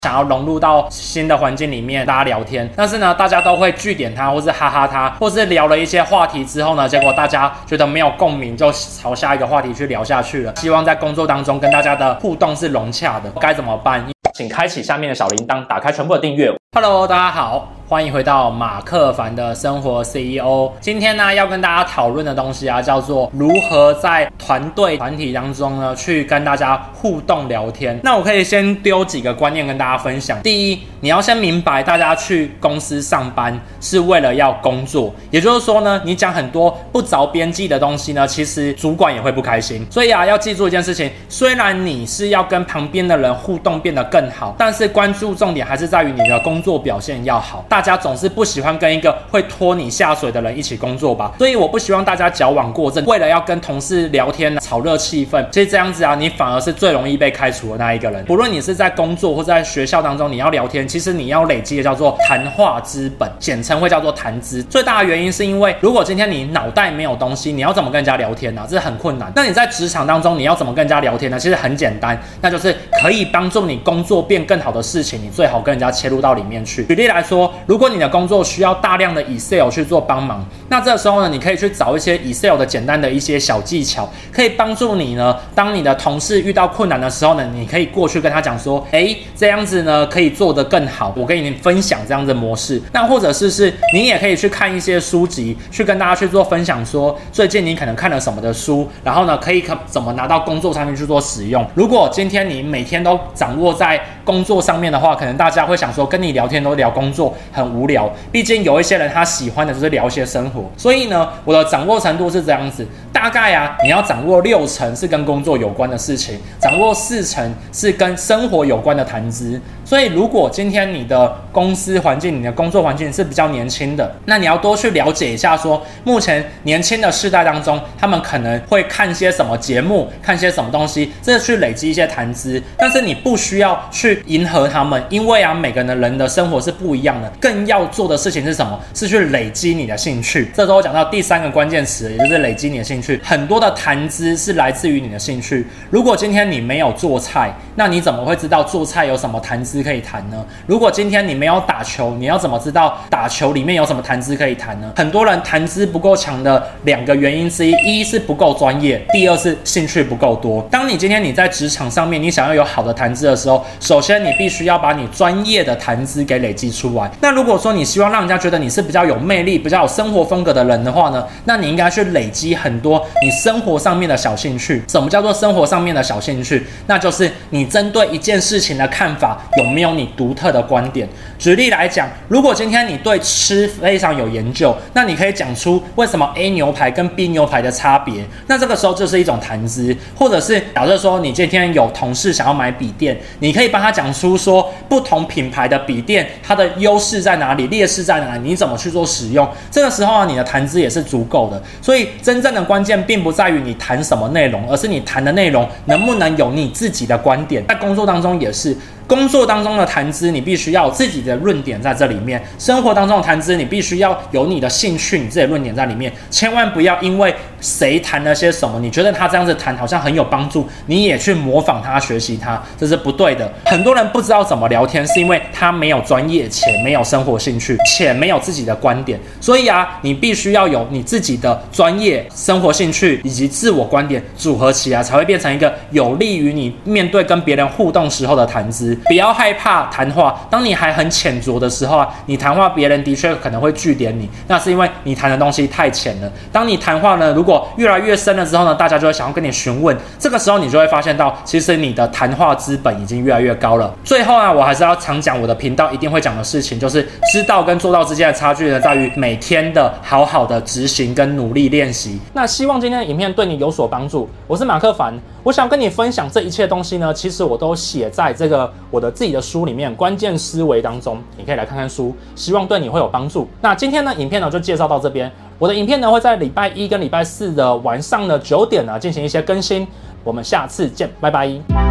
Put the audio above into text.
想要融入到新的环境里面，大家聊天，但是呢，大家都会句点他，或是哈哈他，或是聊了一些话题之后呢，结果大家觉得没有共鸣，就朝下一个话题去聊下去了。希望在工作当中跟大家的互动是融洽的，该怎么办？请开启下面的小铃铛，打开全部的订阅。Hello， 大家好。欢迎回到马克凡的生活 CEO。今天呢，要跟大家讨论的东西啊，叫做如何在团体当中呢，去跟大家互动聊天。那我可以先丢几个观念跟大家分享。第一，你要先明白，大家去公司上班是为了要工作，也就是说呢，你讲很多不着边际的东西呢，其实主管也会不开心。所以啊，要记住一件事情，虽然你是要跟旁边的人互动变得更好，但是关注重点还是在于你的工作表现要好。大家总是不喜欢跟一个会拖你下水的人一起工作吧，所以我不希望大家矫枉过正，为了要跟同事聊天炒热气氛，其实这样子啊，你反而是最容易被开除的那一个人。不论你是在工作或在学校当中，你要聊天，其实你要累积的叫做谈话资本，简称会叫做谈资。最大的原因是因为，如果今天你脑袋没有东西，你要怎么跟人家聊天呢？这是很困难。那你在职场当中，你要怎么跟人家聊天呢？其实很简单，那就是可以帮助你工作变更好的事情，你最好跟人家切入到里面去。举例来说，如果你的工作需要大量的 Excel 去做帮忙，那这时候呢，你可以去找一些 Excel 的简单的一些小技巧，可以帮助你呢，当你的同事遇到困难的时候呢，你可以过去跟他讲说，这样子呢可以做得更好，我跟你分享这样的模式。那或者是你也可以去看一些书籍，去跟大家去做分享说，最近你可能看了什么的书，然后呢可以怎么拿到工作上面去做使用。如果今天你每天都掌握在工作上面的话，可能大家会想说，跟你聊天都聊工作很无聊，毕竟有一些人他喜欢的就是聊一些生活。所以呢，我的掌握程度是这样子，大概啊，你要掌握60%是跟工作有关的事情，掌握40%是跟生活有关的谈资。所以如果今天你的公司环境、你的工作环境是比较年轻的，那你要多去了解一下说，目前年轻的世代当中，他们可能会看些什么节目，看些什么东西，这去累积一些谈资。但是你不需要去迎合他们，因为啊，每个人的生活是不一样的。更要做的事情是什么？是去累积你的兴趣。这时候我讲到第3个关键词，也就是累积你的兴趣。很多的谈资是来自于你的兴趣。如果今天你没有做菜，那你怎么会知道做菜有什么谈资可以谈呢？如果今天你没有打球，你要怎么知道打球里面有什么谈资可以谈呢？很多人谈资不够强的2个原因之一，一是不够专业，第二是兴趣不够多。当你今天你在职场上面，你想要有好的谈资的时候，首先你必须要把你专业的谈资给累积出来。那如果说你希望让人家觉得你是比较有魅力、比较有生活风格的人的话呢，那你应该去累积很多你生活上面的小兴趣。什么叫做生活上面的小兴趣？那就是你针对一件事情的看法有没有你独特的观点。举例来讲，如果今天你对吃非常有研究，那你可以讲出为什么 A 牛排跟 B 牛排的差别，那这个时候就是一种谈资。或者是假设说你今天有同事想要买笔电，你可以帮他讲出说不同品牌的笔电它的优势在哪里，劣势在哪里，你怎么去做使用。这个时候啊，你的谈资也是足够的。所以真正的关键并不在于你谈什么内容，而是你谈的内容能不能有你自己的观点。在工作当中也是，工作当中的谈资你必须要有自己的论点在这里面，生活当中的谈资你必须要有你的兴趣、你自己的论点在里面。千万不要因为谁谈了些什么，你觉得他这样子谈好像很有帮助，你也去模仿他、学习他，这是不对的。很多人不知道怎么聊天，是因为他没有专业，且没有生活兴趣，且没有自己的观点。所以啊，你必须要有你自己的专业、生活兴趣以及自我观点组合起来，才会变成一个有利于你面对跟别人互动时候的谈资。不要害怕谈话，当你还很浅薄的时候啊，你谈话别人的确可能会句点你，那是因为你谈的东西太浅了。当你谈话呢，如果越来越深了之后呢，大家就会想要跟你询问，这个时候你就会发现到，其实你的谈话资本已经越来越高了。最后啊，我还是要常讲我的频道一定会讲的事情，就是知道跟做到之间的差距呢，在于每天的好好的执行跟努力练习。那希望今天的影片对你有所帮助。我是马克凡，我想跟你分享这一切东西呢，其实我都写在这个我的自己的书里面，关键思维当中，你可以来看看书，希望对你会有帮助。那今天呢，影片呢就介绍到这边。我的影片呢会在礼拜1跟礼拜4的晚上的9点呢进行一些更新。我们下次见，拜拜。